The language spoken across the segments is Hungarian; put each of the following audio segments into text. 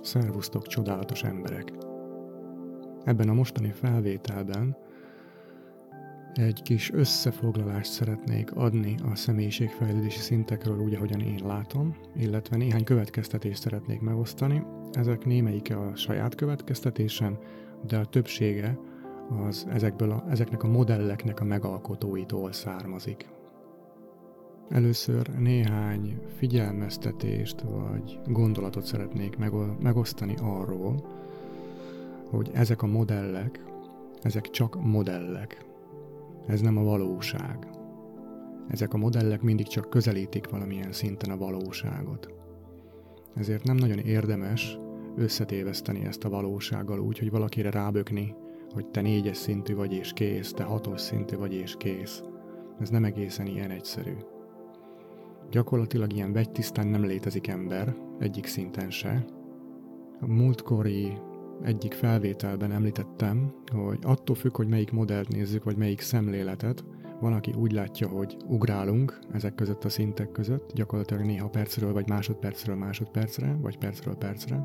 Szervusztok, csodálatos emberek! Ebben a mostani felvételben egy kis összefoglalást szeretnék adni a személyiségfejlődési szintekről úgy, ahogyan én látom, illetve néhány következtetést szeretnék megosztani. Ezek némelyike a saját következtetésem, de a többsége az ezeknek a modelleknek a megalkotóitól származik. Először néhány figyelmeztetést vagy gondolatot szeretnék megosztani arról, hogy ezek a modellek, ezek csak modellek. Ez nem a valóság. Ezek a modellek mindig csak közelítik valamilyen szinten a valóságot. Ezért nem nagyon érdemes összetéveszteni ezt a valósággal úgy, hogy valakire rábökni, hogy te 4-es szintű vagy és kész, te 6-os szintű vagy és kész. Ez nem egészen ilyen egyszerű. Gyakorlatilag ilyen vegytisztán nem létezik ember, egyik szinten se. A múltkori egyik felvételben említettem, hogy attól függ, hogy melyik modellt nézzük, vagy melyik szemléletet, van, aki úgy látja, hogy ugrálunk ezek között a szintek között, gyakorlatilag néha percről, vagy másodpercről másodpercre, vagy percről percre.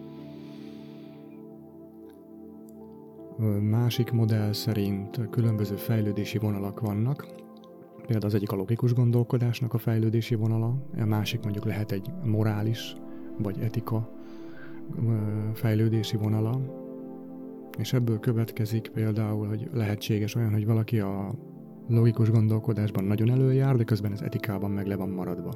Másik modell szerint különböző fejlődési vonalak vannak. Például az egyik a logikus gondolkodásnak a fejlődési vonala, a másik mondjuk lehet egy morális vagy etika fejlődési vonala. És ebből következik például, hogy lehetséges olyan, hogy valaki a logikus gondolkodásban nagyon előjár, de közben az etikában meg le van maradva.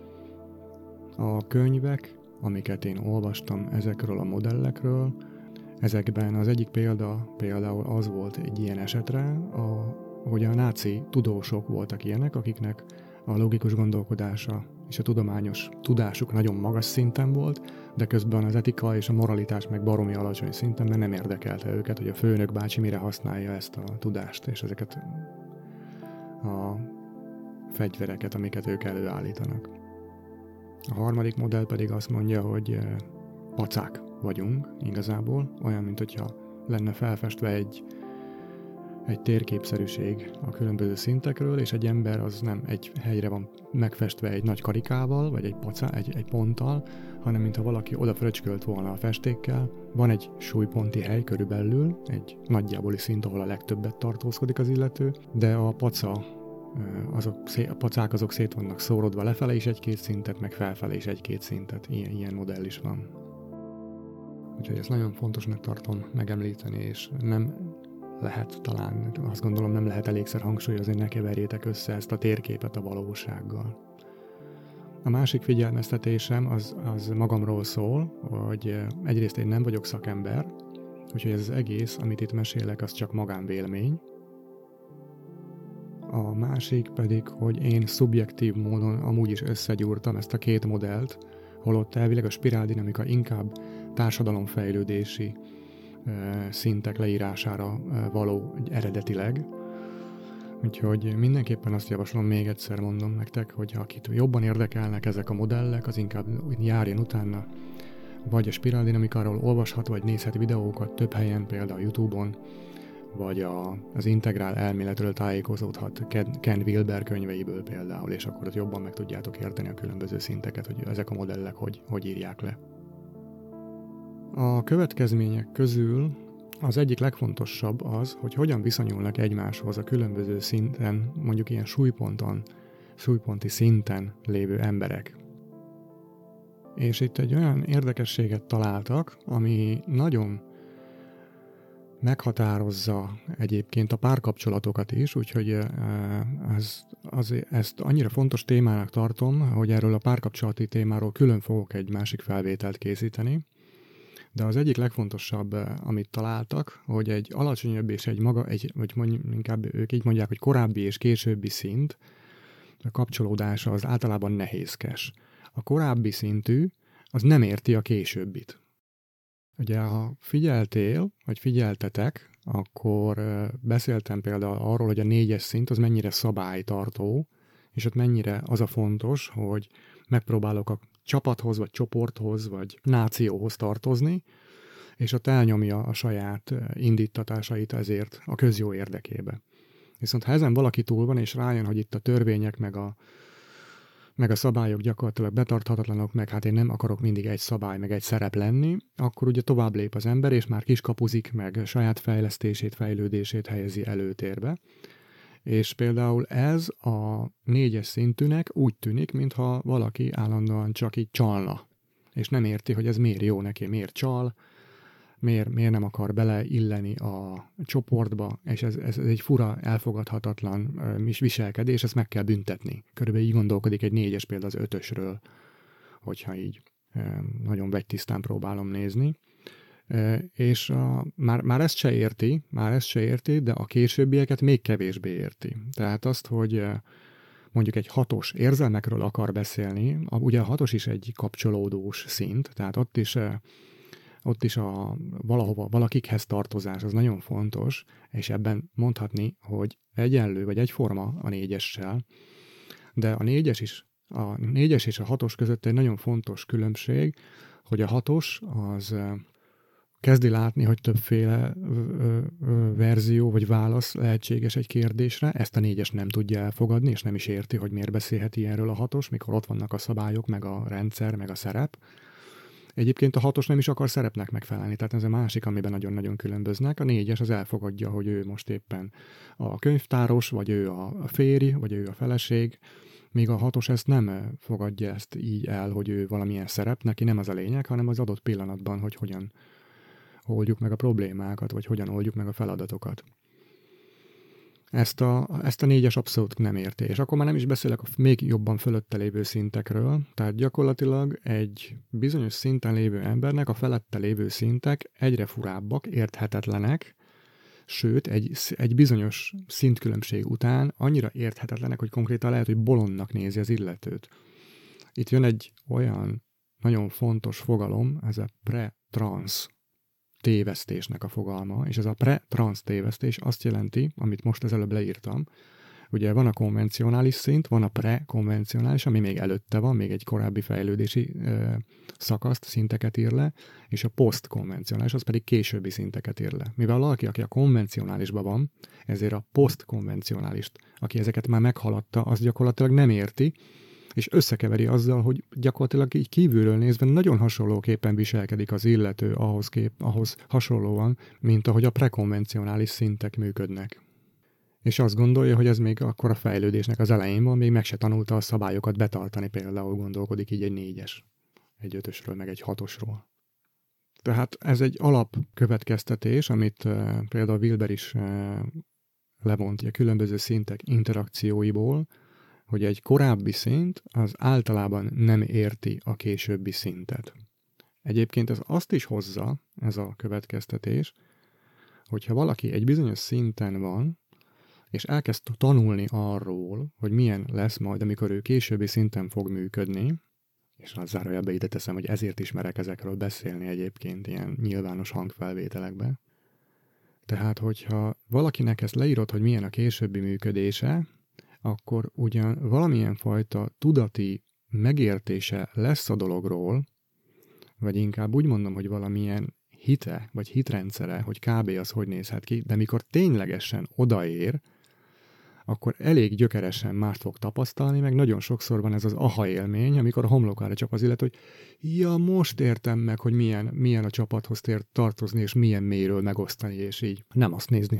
A könyvek, amiket én olvastam ezekről a modellekről, ezekben az egyik például az volt egy ilyen esetre, hogy a náci tudósok voltak ilyenek, akiknek a logikus gondolkodása és a tudományos tudásuk nagyon magas szinten volt, de közben az etika és a moralitás meg baromi alacsony szinten, mert nem érdekelte őket, hogy a főnök bácsi mire használja ezt a tudást és ezeket a fegyvereket, amiket ők előállítanak. A harmadik modell pedig azt mondja, hogy pacák vagyunk igazából, olyan, mint hogyha lenne felfestve egy térképszerűség a különböző szintekről, és egy ember az nem egy helyre van megfestve egy nagy karikával, vagy egy ponttal, hanem mintha valaki oda fröcskölt volna a festékkel. Van egy súlyponti hely körülbelül, egy nagyjáboli szint, ahol a legtöbbet tartózkodik az illető, de a pacák azok szét vannak szórodva lefelé is egy-két szintet, meg felfelé is egy-két szintet. Ilyen modell is van. Úgyhogy ezt nagyon fontosnak tartom megemlíteni, és nem lehet talán, azt gondolom nem lehet elégszer hangsúlyozni, ne keverjétek össze ezt a térképet a valósággal. A másik figyelmeztetésem az magamról szól, hogy egyrészt én nem vagyok szakember, úgyhogy ez az egész, amit itt mesélek, az csak magánvélemény. A másik pedig, hogy én szubjektív módon amúgy is összegyúrtam ezt a két modellt, holott elvileg a spiráldinamika inkább társadalomfejlődési szintek leírására való eredetileg. Úgyhogy mindenképpen azt javaslom, még egyszer mondom nektek, hogy akit jobban érdekelnek ezek a modellek, az inkább járjon utána, vagy a spiráldinamikáról olvashat, vagy nézhet videókat több helyen, például YouTube-on, vagy az integrál elméletről tájékozódhat Ken Wilber könyveiből például, és akkor ott jobban meg tudjátok érteni a különböző szinteket, hogy ezek a modellek hogy írják le. A következmények közül az egyik legfontosabb az, hogy hogyan viszonyulnak egymáshoz a különböző szinten, mondjuk ilyen súlyponti szinten lévő emberek. És itt egy olyan érdekességet találtak, ami nagyon meghatározza egyébként a párkapcsolatokat is, úgyhogy ezt annyira fontos témának tartom, hogy erről a párkapcsolati témáról külön fogok egy másik felvételt készíteni. De az egyik legfontosabb, amit találtak, hogy egy alacsonyabb és vagy inkább ők így mondják, hogy korábbi és későbbi szint, a kapcsolódása az általában nehézkes. A korábbi szintű, az nem érti a későbbit. Ugye, ha figyeltél, vagy figyeltetek, akkor beszéltem például arról, hogy a 4-es szint az mennyire szabálytartó, és ott mennyire az a fontos, hogy megpróbálok a csapathoz, vagy csoporthoz, vagy nációhoz tartozni, és ott elnyomja a saját indítatásait ezért a közjó érdekébe. Viszont ha ezen valaki túl van, és rájön, hogy itt a törvények, meg meg a szabályok gyakorlatilag betarthatatlanok, meg hát én nem akarok mindig egy szabály, meg egy szerep lenni, akkor ugye tovább lép az ember, és már kiskapuzik, meg saját fejlesztését, fejlődését helyezi előtérbe. És például ez a 4-es szintűnek úgy tűnik, mintha valaki állandóan csak így csalna, és nem érti, hogy ez miért jó neki, miért csal, miért nem akar beleilleni a csoportba, és ez egy fura, elfogadhatatlan viselkedés, ezt meg kell büntetni. Körülbelül így gondolkodik egy 4-es például az 5-ösről, hogyha így nagyon vegytisztán próbálom nézni. És már ezt se érti, de a későbbieket még kevésbé érti. Tehát azt, hogy mondjuk egy 6-os érzelmekről akar beszélni, ugye a 6-os is egy kapcsolódós szint, tehát ott is valahova, valakikhez tartozás, az nagyon fontos, és ebben mondhatni, hogy egyenlő vagy egyforma a 4-essel, de a 4-es és a 6-os között egy nagyon fontos különbség, hogy a 6-os az kezdi látni, hogy többféle verzió vagy válasz lehetséges egy kérdésre, ezt a 4-es nem tudja elfogadni, és nem is érti, hogy miért beszélhet ilyenről a 6-os, mikor ott vannak a szabályok, meg a rendszer, meg a szerep. Egyébként a 6-os nem is akar szerepnek megfelelni, tehát ez a másik, amiben nagyon-nagyon különböznek. A 4-es az elfogadja, hogy ő most éppen a könyvtáros, vagy ő a férj, vagy ő a feleség, míg a 6-os ezt nem fogadja ezt így el, hogy ő valamilyen szerep, neki nem az a lényeg, hanem az adott pillanatban, hogy hogyan oldjuk meg a problémákat, vagy hogyan oldjuk meg a feladatokat. Ezt a 4-es abszolút nem érti. És akkor már nem is beszélek a még jobban fölötte lévő szintekről, tehát gyakorlatilag egy bizonyos szinten lévő embernek a felette lévő szintek egyre furábbak, érthetetlenek, sőt, egy bizonyos szintkülönbség után annyira érthetetlenek, hogy konkrétan lehet, hogy bolondnak nézi az illetőt. Itt jön egy olyan nagyon fontos fogalom, ez a pre-trans tévesztésnek a fogalma, és ez a pre-trans tévesztés azt jelenti, amit most az előbb leírtam, ugye van a konvencionális szint, van a pre-konvencionális, ami még előtte van, még egy korábbi fejlődési szakaszt, szinteket ír le, és a post-konvencionális, az pedig későbbi szinteket ír le. Mivel valaki, aki a konvencionálisban van, ezért a post-konvencionálist, aki ezeket már meghaladta, az gyakorlatilag nem érti, és összekeveri azzal, hogy gyakorlatilag így kívülről nézve nagyon hasonlóképpen viselkedik az illető ahhoz hasonlóan, mint ahogy a prekonvencionális szintek működnek. És azt gondolja, hogy ez még akkor a fejlődésnek az elején van, még meg se tanulta a szabályokat betartani, például gondolkodik így egy 4-es, egy 5-ösről, meg egy 6-osról. Tehát ez egy alapkövetkeztetés, amit például Wilber is levont a különböző szintek interakcióiból, hogy egy korábbi szint az általában nem érti a későbbi szintet. Egyébként ez azt is hozza, ez a következtetés, hogyha valaki egy bizonyos szinten van, és elkezd tanulni arról, hogy milyen lesz majd, amikor ő későbbi szinten fog működni, és az zárójelbe ide teszem, hogy ezért ismerek ezekről beszélni egyébként ilyen nyilvános hangfelvételekben. Tehát, hogyha valakinek ezt leírod, hogy milyen a későbbi működése, akkor ugyan valamilyen fajta tudati megértése lesz a dologról, vagy inkább úgy mondom, hogy valamilyen hite, vagy hitrendszere, hogy kb. Az hogy nézhet ki, de mikor ténylegesen odaér, akkor elég gyökeresen mást fog tapasztalni, meg nagyon sokszor van ez az aha élmény, amikor a homlokára csap az illető, hogy ja, most értem meg, hogy milyen a csapathoz tartozni, és milyen mélyről megosztani, és így nem azt nézni,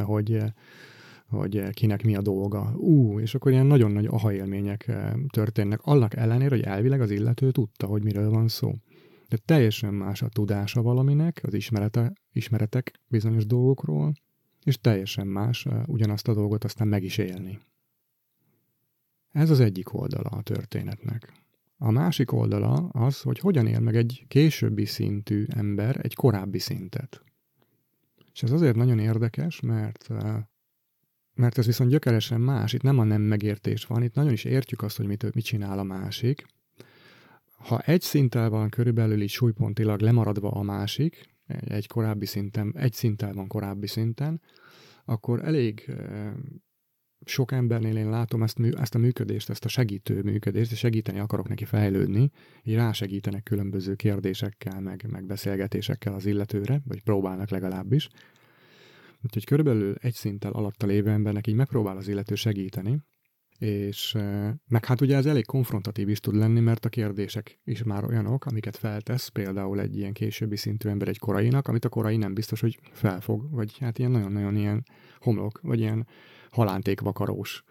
hogy kinek mi a dolga. És akkor ilyen nagyon nagy aha élmények történnek, annak ellenére, hogy elvileg az illető tudta, hogy miről van szó. De teljesen más a tudása valaminek, az ismeretek bizonyos dolgokról, és teljesen más ugyanazt a dolgot aztán meg is élni. Ez az egyik oldala a történetnek. A másik oldala az, hogy hogyan él meg egy későbbi szintű ember egy korábbi szintet. És ez azért nagyon érdekes, mert ez viszont gyökeresen más, itt nem a nem megértés van, itt nagyon is értjük azt, hogy mit csinál a másik. Ha egy szinttel van körülbelül így súlypontilag lemaradva a másik, egy szinttel van korábbi szinten, akkor elég sok embernél én látom ezt a működést, ezt a segítő működést, és segíteni akarok neki fejlődni, így rásegítenek különböző kérdésekkel, meg beszélgetésekkel az illetőre, vagy próbálnak legalábbis. Úgyhogy körülbelül egy szinttel alatta lévő embernek így megpróbál az illető segíteni, És meg hát ugye ez elég konfrontatív is tud lenni, mert a kérdések is már olyanok, amiket feltesz, például egy ilyen későbbi szintű ember egy korainak, amit a korai nem biztos, hogy felfog, vagy hát ilyen nagyon-nagyon ilyen homlok, vagy ilyen halántékvakarós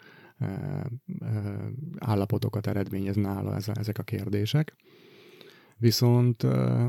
állapotokat eredményez nála ezek a kérdések. Viszont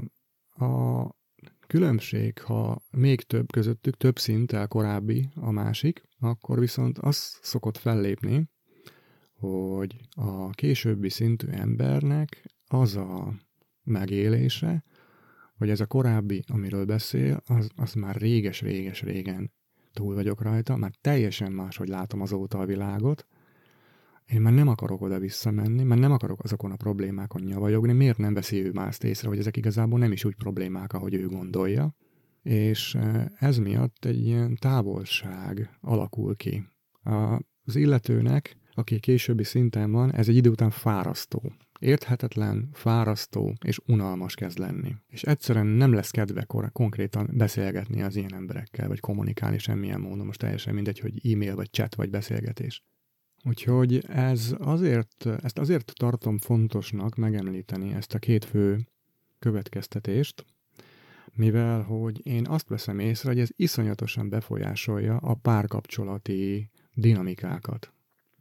a különbség, ha még több közöttük, több szinttel korábbi a másik, akkor viszont az szokott fellépni, hogy a későbbi szintű embernek az a megélése, hogy ez a korábbi, amiről beszél, az már régen túl vagyok rajta, már teljesen máshogy látom azóta a világot, én már nem akarok oda visszamenni, már nem akarok azokon a problémákon nyavajogni, miért nem veszi ő már azt észre, hogy ezek igazából nem is úgy problémák, ahogy ő gondolja, és ez miatt egy ilyen távolság alakul ki. Az illetőnek, aki későbbi szinten van, ez egy idő után fárasztó. Érthetetlen, fárasztó és unalmas kezd lenni. És egyszerűen nem lesz kedve konkrétan beszélgetni az ilyen emberekkel, vagy kommunikálni semmilyen módon, most teljesen mindegy, hogy e-mail, vagy chat, vagy beszélgetés. Úgyhogy ezt azért tartom fontosnak megemlíteni, ezt a két fő következtetést, mivel hogy én azt veszem észre, hogy ez iszonyatosan befolyásolja a párkapcsolati dinamikákat.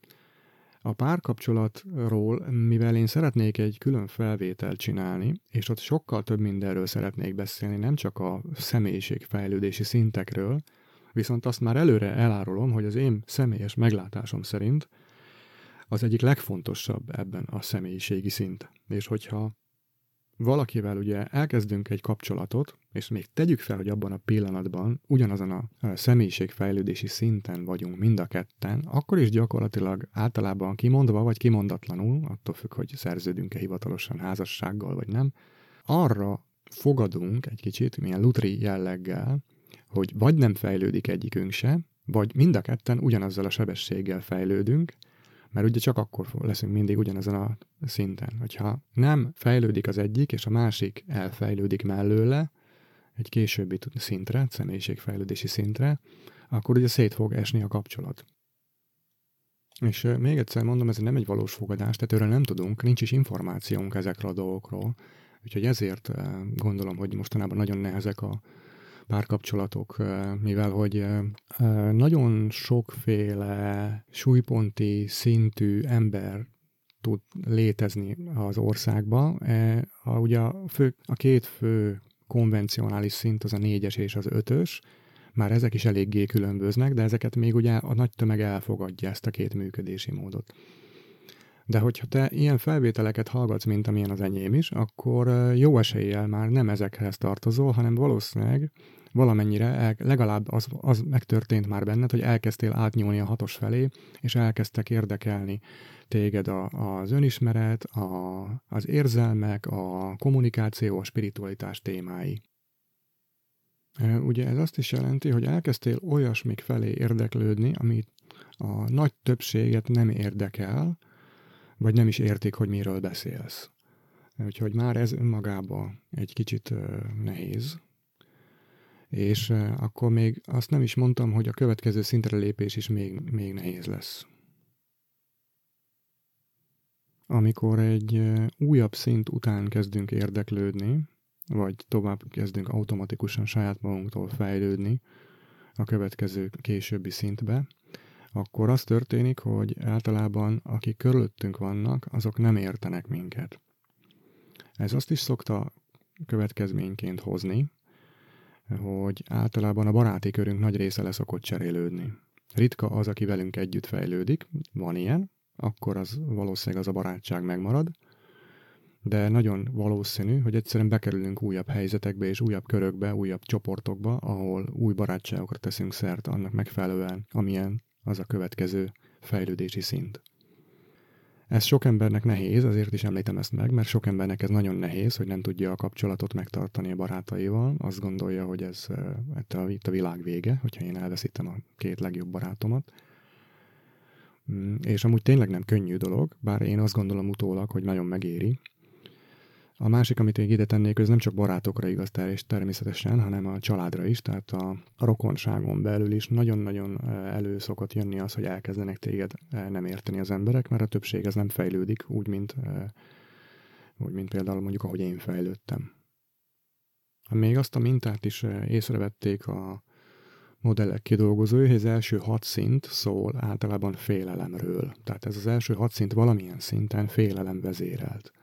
A párkapcsolatról, mivel én szeretnék egy külön felvételt csinálni, és ott sokkal több mindenről szeretnék beszélni, nem csak a személyiségfejlődési szintekről, viszont azt már előre elárulom, hogy az én személyes meglátásom szerint az egyik legfontosabb ebben a személyiségi szint. És hogyha valakivel ugye elkezdünk egy kapcsolatot, és még tegyük fel, hogy abban a pillanatban ugyanazon a személyiségfejlődési szinten vagyunk mind a ketten, akkor is gyakorlatilag általában kimondva vagy kimondatlanul, attól függ, hogy szerződünk-e hivatalosan házassággal vagy nem, arra fogadunk egy kicsit, milyen lutri jelleggel, hogy vagy nem fejlődik egyikünk se, vagy mind a ketten ugyanazzal a sebességgel fejlődünk, mert ugye csak akkor leszünk mindig ugyanazon a szinten. Hogyha nem fejlődik az egyik, és a másik elfejlődik mellőle, egy későbbi szintre, személyiségfejlődési szintre, akkor ugye szét fog esni a kapcsolat. És még egyszer mondom, ez nem egy valós fogadás, tehát erről nem tudunk, nincs is információnk ezekről a dolgokról, úgyhogy ezért gondolom, hogy mostanában nagyon nehezek a párkapcsolatok, mivel hogy nagyon sokféle súlyponti szintű ember tud létezni az országban. Ugye a két fő konvencionális szint az a 4-es és az 5-ös, már ezek is eléggé különböznek, de ezeket még ugye a nagy tömeg elfogadja, ezt a két működési módot. De hogyha te ilyen felvételeket hallgatsz, mint amilyen az enyém is, akkor jó eséllyel már nem ezekhez tartozol, hanem valószínűleg valamennyire legalább az megtörtént már benned, hogy elkezdtél átnyúlni a 6-os felé, és elkezdtek érdekelni téged az önismeret, az érzelmek, a kommunikáció, a spiritualitás témái. Ugye ez azt is jelenti, hogy elkezdtél olyasmik felé érdeklődni, amit a nagy többséget nem érdekel, vagy nem is értik, hogy miről beszélsz. Úgyhogy már ez önmagában egy kicsit nehéz. És akkor még azt nem is mondtam, hogy a következő szintre lépés is még nehéz lesz. Amikor egy újabb szint után kezdünk érdeklődni, vagy tovább kezdünk automatikusan saját magunktól fejlődni a következő későbbi szintbe, akkor az történik, hogy általában akik körülöttünk vannak, azok nem értenek minket. Ez azt is szokta következményként hozni, hogy általában a baráti körünk nagy része le szokott cserélődni. Ritka az, aki velünk együtt fejlődik, van ilyen, akkor az valószínűleg az a barátság megmarad, de nagyon valószínű, hogy egyszerűen bekerülünk újabb helyzetekbe és újabb körökbe, újabb csoportokba, ahol új barátságokra teszünk szert annak megfelelően, amilyen az a következő fejlődési szint. Ez sok embernek nehéz, azért is említem ezt meg, mert sok embernek ez nagyon nehéz, hogy nem tudja a kapcsolatot megtartani a barátaival. Azt gondolja, hogy ez itt a világ vége, hogyha én elveszítem a két legjobb barátomat. És amúgy tényleg nem könnyű dolog, bár én azt gondolom utólag, hogy nagyon megéri. A másik, amit még ide tennék, ez nem csak barátokra igaz természetesen, hanem a családra is, tehát a rokonságon belül is nagyon-nagyon elő szokott jönni az, hogy elkezdenek téged nem érteni az emberek, mert a többség ez nem fejlődik úgy, mint például mondjuk, ahogy én fejlődtem. Még azt a mintát is észrevették a modellek kidolgozói, hogy az első 6 szint szól általában félelemről. Tehát ez az első 6 szint valamilyen szinten félelem vezérelt.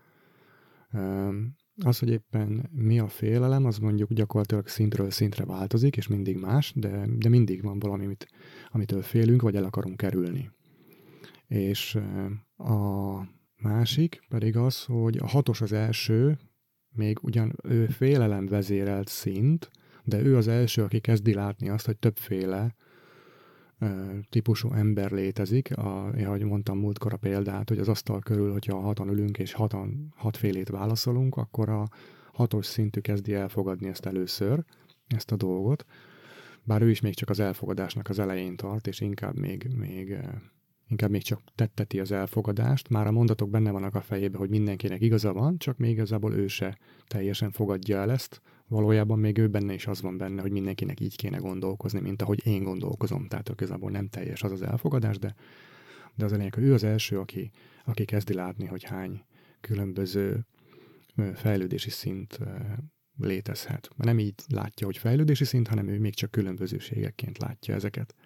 Az, hogy éppen mi a félelem, az mondjuk gyakorlatilag szintről szintre változik, és mindig más, de mindig van valami, amitől félünk, vagy el akarunk kerülni. És a másik pedig az, hogy a 6-os az első, még ugyan ő félelem vezérelt szint, de ő az első, aki kezdi látni azt, hogy többféle típusú ember létezik. Ahogy mondtam múltkor a példát, hogy az asztal körül, hogyha 6-an ülünk és 6 félét válaszolunk, akkor a 6-os szintű kezdi elfogadni ezt először, ezt a dolgot. Bár ő is még csak az elfogadásnak az elején tart, és inkább még csak tetteti az elfogadást. Már a mondatok benne vannak a fejében, hogy mindenkinek igaza van, csak még igazából ő se teljesen fogadja el ezt. Valójában még ő benne is az van benne, hogy mindenkinek így kéne gondolkozni, mint ahogy én gondolkozom. Tehát igazából nem teljes az elfogadás, de az a lényeg, hogy ő az első, aki kezdi látni, hogy hány különböző fejlődési szint létezhet. Mert nem így látja, hogy fejlődési szint, hanem ő még csak különbözőségekként látja ezeket.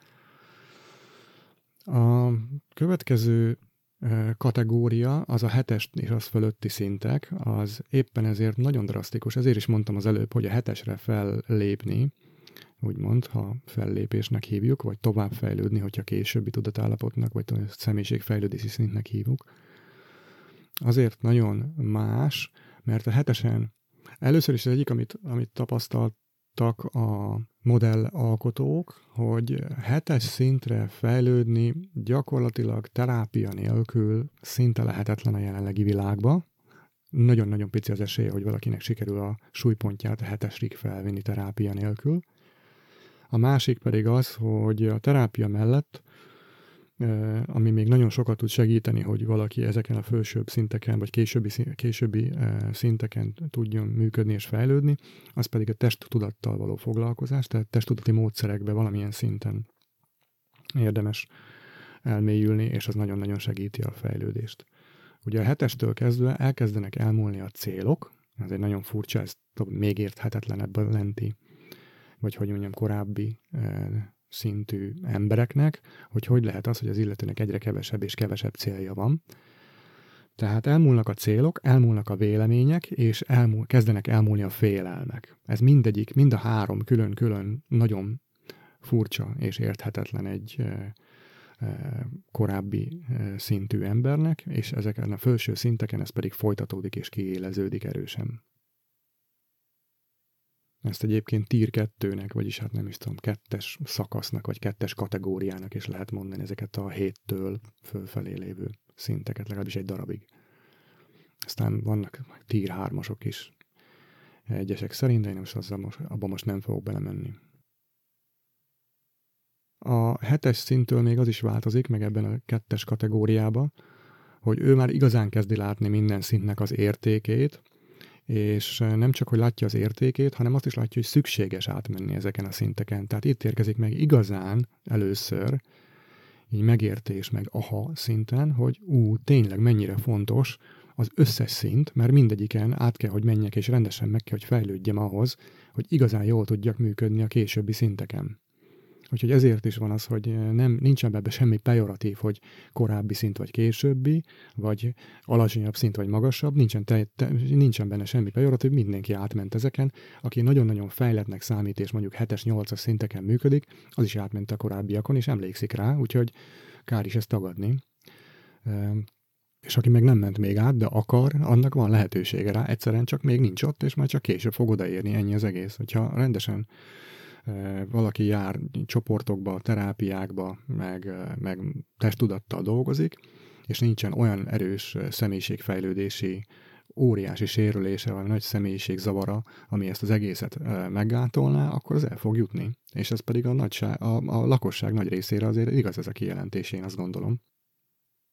A következő kategória, az a 7-es és az fölötti szintek, az éppen ezért nagyon drasztikus. Ezért is mondtam az előbb, hogy a 7-esre fellépni, úgymond, ha fellépésnek hívjuk, vagy továbbfejlődni, hogyha későbbi tudatállapotnak, vagy személyiségfejlődési szintnek hívjuk. Azért nagyon más, mert a 7-esen először is az egyik, amit tapasztaltak a modellalkotók, hogy 7-es szintre fejlődni gyakorlatilag terápia nélkül szinte lehetetlen a jelenlegi világban. Nagyon-nagyon pici az esélye, hogy valakinek sikerül a súlypontját a 7-esig felvinni terápia nélkül. A másik pedig az, hogy a terápia mellett, ami még nagyon sokat tud segíteni, hogy valaki ezeken a felsőbb szinteken, vagy későbbi szinteken tudjon működni és fejlődni, az pedig a testtudattal való foglalkozás, tehát testtudati módszerekbe valamilyen szinten érdemes elmélyülni, és az nagyon-nagyon segíti a fejlődést. Ugye a 7-estől kezdve elkezdenek elmúlni a célok, ez egy nagyon furcsa, ez még érthetetlenebb lenti, vagy hogy mondjam, korábbi szintű embereknek, hogy lehet az, hogy az illetőnek egyre kevesebb és kevesebb célja van. Tehát elmúlnak a célok, elmúlnak a vélemények, és kezdenek elmúlni a félelmek. Ez mindegyik, mind a 3 külön-külön nagyon furcsa és érthetetlen egy korábbi szintű embernek, és ezeken a felső szinteken ez pedig folytatódik és kiéleződik erősen. Ezt egyébként tier 2-nek, vagyis hát nem is tudom, 2-es szakasznak, vagy 2-es kategóriának is lehet mondani ezeket a 7-től fölfelé lévő szinteket, legalábbis egy darabig. Aztán vannak tier 3-asok is egyesek szerint, de én abban most nem fogok belemenni. A 7-es szinttől még az is változik, meg ebben a 2-es kategóriában, hogy ő már igazán kezdi látni minden szintnek az értékét, és nem csak, hogy látja az értékét, hanem azt is látja, hogy szükséges átmenni ezeken a szinteken. Tehát itt érkezik meg igazán először így megértés, meg aha szinten, hogy tényleg mennyire fontos az összes szint, mert mindegyiken át kell, hogy menjek, és rendesen meg kell, hogy fejlődjem ahhoz, hogy igazán jól tudjak működni a későbbi szinteken. Úgyhogy ezért is van az, hogy nincsen ebben semmi pejoratív, hogy korábbi szint vagy későbbi, vagy alacsonyabb szint vagy magasabb, nincsen benne semmi pejoratív, mindenki átment ezeken. Aki nagyon-nagyon fejlettnek számít, és mondjuk 7-es, 8-as szinteken működik, az is átment a korábbiakon, és emlékszik rá, úgyhogy kár is ezt tagadni. És aki meg nem ment még át, de akar, annak van lehetősége rá, egyszerűen csak még nincs ott, és majd csak később fog odaérni, ennyi az egész. Hogyha rendesen valaki jár csoportokba, terápiákba, meg testtudattal dolgozik, és nincsen olyan erős személyiségfejlődési óriási sérülése, vagy nagy személyiségzavara, ami ezt az egészet meggátolná, akkor az el fog jutni. És ez pedig a lakosság nagy részére azért igaz ez a kijelentés, én azt gondolom.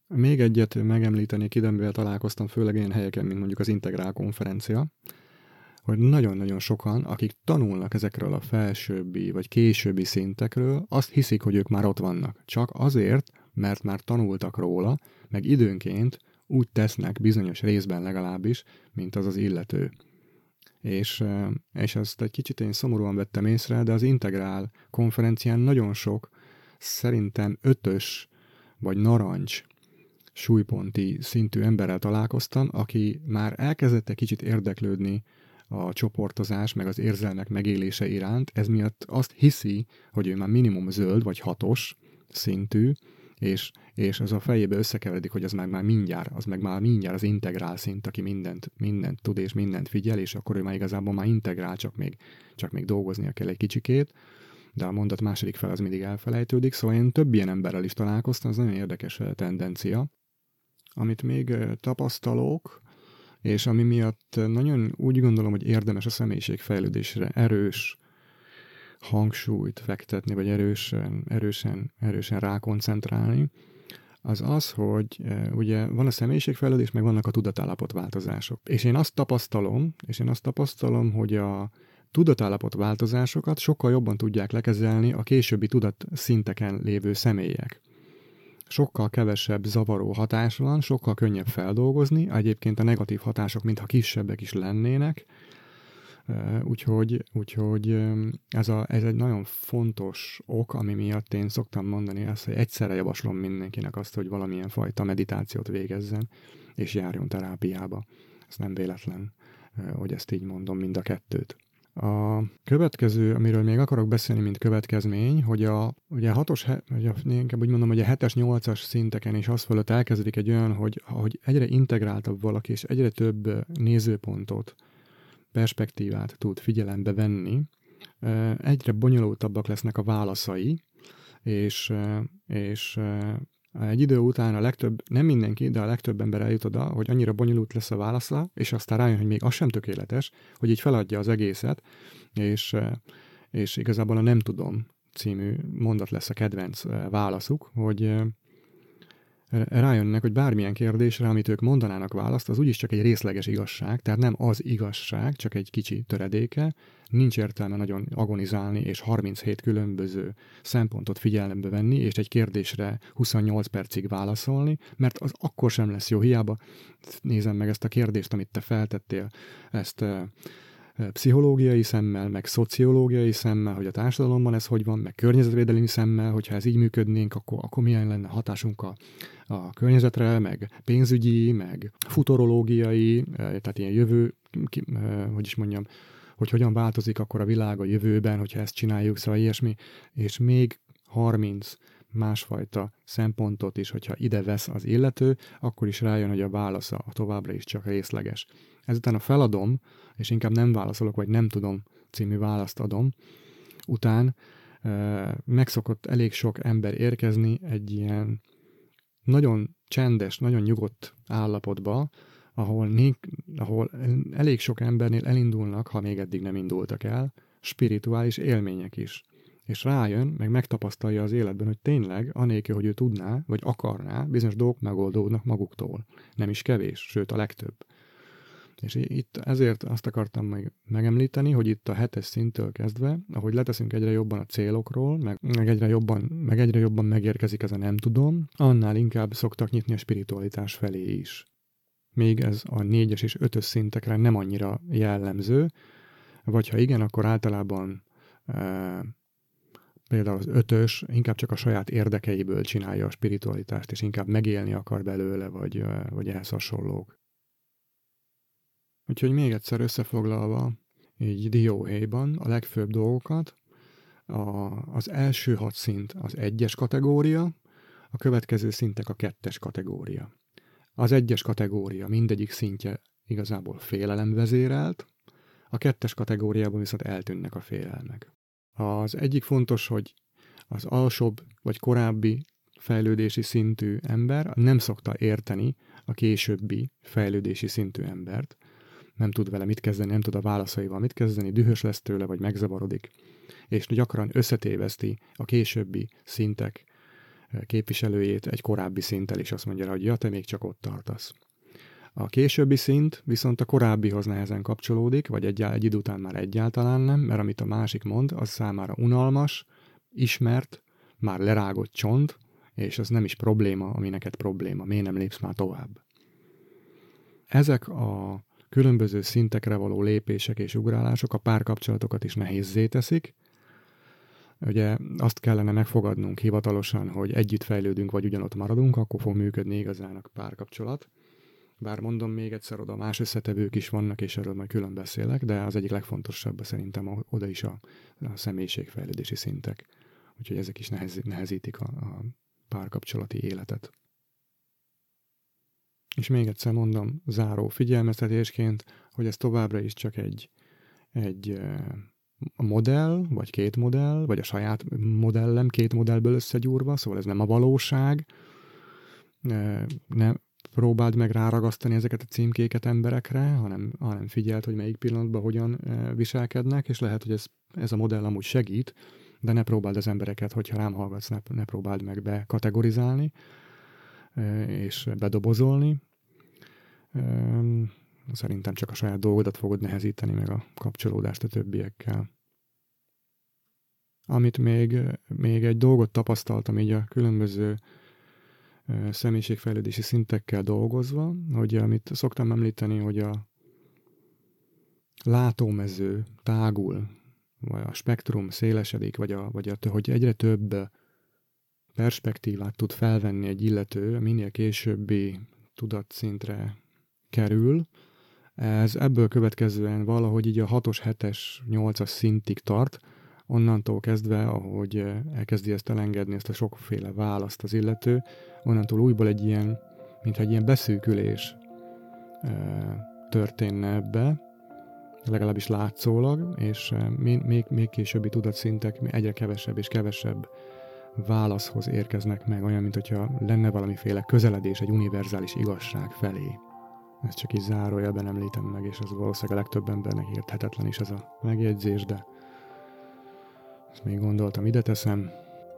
Még egyet megemlítenék ide, mivel találkoztam főleg ilyen helyeken, mint mondjuk az Integrál konferencia, hogy nagyon-nagyon sokan, akik tanulnak ezekről a felsőbbi vagy későbbi szintekről, azt hiszik, hogy ők már ott vannak. Csak azért, mert már tanultak róla, meg időnként úgy tesznek bizonyos részben legalábbis, mint az az illető. És ezt egy kicsit én szomorúan vettem észre, de az Integrál konferencián nagyon sok, szerintem 5-ös vagy narancs súlyponti szintű emberrel találkoztam, aki már elkezdett egy kicsit érdeklődni a csoportozás, meg az érzelmek megélése iránt, ez miatt azt hiszi, hogy ő már minimum zöld vagy 6-os szintű, és az a fejébe összekeveredik, hogy az meg már mindjárt az integrál szint, aki mindent tud és mindent figyel, és akkor ő már igazából már integrál, csak még dolgoznia kell egy kicsikét, de a mondat második fel az mindig elfelejtődik, szóval én több ilyen emberrel is találkoztam, ez nagyon érdekes tendencia. Amit még tapasztalok, és ami miatt nagyon úgy gondolom, hogy érdemes a személyiségfejlődésre erős hangsúlyt fektetni, vagy erősen rákoncentrálni, az az, hogy ugye van a személyiségfejlődés, meg vannak a tudatállapotváltozások. És én azt tapasztalom, hogy a tudatállapotváltozásokat sokkal jobban tudják lekezelni a későbbi tudatszinteken lévő személyek. Sokkal kevesebb zavaró hatás van, sokkal könnyebb feldolgozni, egyébként a negatív hatások mintha kisebbek is lennének, úgyhogy ez egy nagyon fontos ok, ami miatt én szoktam mondani azt, hogy egyszerre javaslom mindenkinek azt, hogy valamilyen fajta meditációt végezzen, és járjon terápiába. Ez nem véletlen, hogy ezt így mondom, mind a kettőt. A következő, amiről még akarok beszélni, mint következmény, hogy ugye inkább úgy mondom, hogy a 7-es, 8-as szinteken is az fölött elkezdődik egy olyan, hogy egyre integráltabb valaki, és egyre több nézőpontot, perspektívát tud figyelembe venni, egyre bonyolultabbak lesznek a válaszai, és egy idő után a legtöbb, nem mindenki, de a legtöbb ember eljut oda, hogy annyira bonyolult lesz a válasza, és aztán rájön, hogy még az sem tökéletes, hogy így feladja az egészet, és igazából a nem tudom című mondat lesz a kedvenc válaszuk, hogy rájönnek, hogy bármilyen kérdésre, amit ők mondanának választ, az úgyis csak egy részleges igazság, tehát nem az igazság, csak egy kicsi töredéke, nincs értelme nagyon agonizálni, és 37 különböző szempontot figyelembe venni, és egy kérdésre 28 percig válaszolni, mert az akkor sem lesz jó, hiába nézem meg ezt a kérdést, amit te feltettél, ezt pszichológiai szemmel, meg szociológiai szemmel, hogy a társadalomban ez hogy van, meg környezetvédelmi szemmel, hogyha ez így működnénk, akkor milyen lenne hatásunk a környezetre, meg pénzügyi, meg futurológiai, tehát ilyen jövő, hogy hogyan változik akkor a világ a jövőben, hogyha ezt csináljuk, szóval ilyesmi, és még 30 másfajta szempontot is, hogyha ide vesz az illető, akkor is rájön, hogy a válasza továbbra is csak részleges. Ezután a feladom, és inkább nem válaszolok, vagy nem tudom című választ adom, után megszokott elég sok ember érkezni egy ilyen nagyon csendes, nagyon nyugodt állapotba, ahol elég sok embernél elindulnak, ha még eddig nem indultak el, spirituális élmények is. És rájön, meg megtapasztalja az életben, hogy tényleg, anélkül, hogy ő tudná, vagy akarná, bizonyos dolgok megoldódnak maguktól. Nem is kevés, sőt a legtöbb. És itt ezért azt akartam megemlíteni, hogy itt a 7-es szinttől kezdve, ahogy leteszünk egyre jobban a célokról, meg egyre jobban megérkezik ez a nem tudom, annál inkább szoktak nyitni a spiritualitás felé is. Még ez a 4-es és 5-ös szintekre nem annyira jellemző, vagy ha igen, akkor általában például az 5-ös inkább csak a saját érdekeiből csinálja a spiritualitást, és inkább megélni akar belőle, vagy ehhez hasonlók. Úgyhogy még egyszer összefoglalva, így dióhéjban a legfőbb dolgokat, az első 6 szint az 1-es kategória, a következő szintek a 2-es kategória. Az 1-es kategória mindegyik szintje igazából félelemvezérelt, a 2-es kategóriában viszont eltűnnek a félelmek. Az egyik fontos, hogy az alsóbb vagy korábbi fejlődési szintű ember nem szokta érteni a későbbi fejlődési szintű embert, nem tud vele mit kezdeni, nem tud a válaszaival mit kezdeni, dühös lesz tőle, vagy megzavarodik. És gyakran összetéveszti a későbbi szintek képviselőjét egy korábbi szinttel is azt mondja, hogy ja, te még csak ott tartasz. A későbbi szint viszont a korábbihoz nehezen kapcsolódik, vagy egy idő után már egyáltalán nem, mert amit a másik mond, az számára unalmas, ismert, már lerágott csont, és az nem is probléma, ami neked probléma. Miért nem lépsz már tovább? Ezek a különböző szintekre való lépések és ugrálások a párkapcsolatokat is nehézzé teszik. Ugye azt kellene megfogadnunk hivatalosan, hogy együtt fejlődünk, vagy ugyanott maradunk, akkor fog működni igazán a párkapcsolat. Bár mondom még egyszer, oda más összetevők is vannak, és erről majd külön beszélek, de az egyik legfontosabb szerintem oda is a személyiségfejlődési szintek. Úgyhogy ezek is nehezítik a párkapcsolati életet. És még egyszer mondom, záró figyelmeztetésként, hogy ez továbbra is csak egy modell, vagy két modell, vagy a saját modellem két modellből összegyúrva, szóval ez nem a valóság. Nem próbáld meg ráragasztani ezeket a címkéket emberekre, hanem figyeld, hogy melyik pillanatban hogyan viselkednek, és lehet, hogy ez a modell amúgy segít, de ne próbáld az embereket, hogyha rám hallgatsz, ne próbáld meg bekategorizálni, és bedobozolni. Szerintem csak a saját dolgodat fogod nehezíteni, meg a kapcsolódást a többiekkel. Amit még egy dolgot tapasztaltam így a különböző személyiségfejlődési szintekkel dolgozva, hogy amit szoktam említeni, hogy a látómező tágul, vagy a spektrum szélesedik, vagy hogy egyre több perspektívát tud felvenni egy illető, minél későbbi tudatszintre kerül. Ez ebből következően valahogy így a 6-os, 7-es, 8-as szintig tart, onnantól kezdve, ahogy elkezdi ezt elengedni, ezt a sokféle választ az illető, onnantól újból egy ilyen, mintha egy ilyen beszűkülés történne ebbe, legalábbis látszólag, és még későbbi tudatszintek egyre kevesebb és kevesebb válaszhoz érkeznek meg, olyan, mint hogyha lenne valamiféle közeledés egy univerzális igazság felé. Ezt csak így zárójelben említem meg, és ez valószínűleg a legtöbb embernek érthetetlen is ez a megjegyzés, de ezt még gondoltam, ide teszem.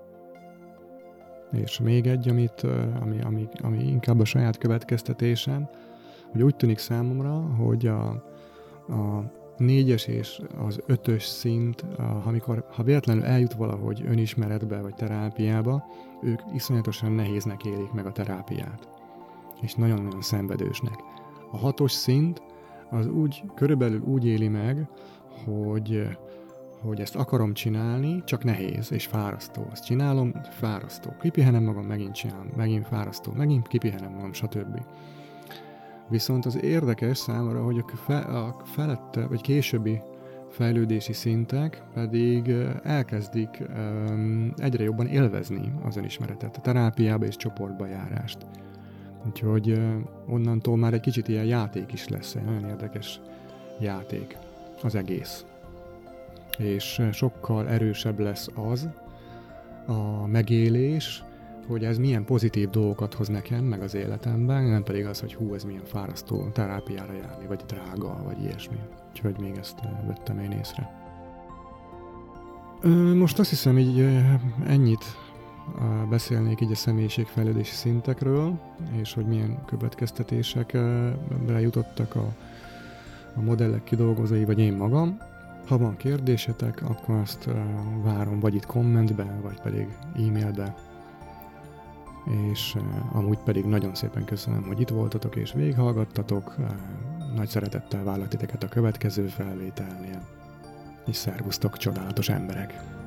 És még egy, ami inkább a saját következtetésem, hogy úgy tűnik számomra, hogy a 4-es és az 5-ös szint, ha véletlenül eljut valahogy önismeretbe vagy terápiába, ők iszonyatosan nehéznek élik meg a terápiát. És nagyon-nagyon szenvedősnek. A 6-os szint az körülbelül úgy éli meg, hogy ezt akarom csinálni, csak nehéz és fárasztó. Ezt csinálom, fárasztó. Kipihenem magam, megint csinálom, megint fárasztó, megint kipihenem magam, stb. Viszont az érdekes számomra, hogy a felette, vagy későbbi fejlődési szintek pedig elkezdik egyre jobban élvezni az önismeretet, a terápiába és csoportba járást. Úgyhogy onnantól már egy kicsit ilyen játék is lesz, egy nagyon érdekes játék az egész. És sokkal erősebb lesz az a megélés, hogy ez milyen pozitív dolgokat hoz nekem, meg az életemben, nem pedig az, hogy ez milyen fárasztó terápiára járni, vagy drága, vagy ilyesmi. Úgyhogy még ezt vettem én észre. Most azt hiszem, így ennyit beszélnék így a személyiségfejlődési szintekről, és hogy milyen következtetésekre jutottak a modellek kidolgozói, vagy én magam. Ha van kérdésetek, akkor azt várom vagy itt kommentbe, vagy pedig e-mailbe. És amúgy pedig nagyon szépen köszönöm, hogy itt voltatok és végighallgattatok. Nagy szeretettel várlak titeket a következő felvételnél. És szervusztok, csodálatos emberek!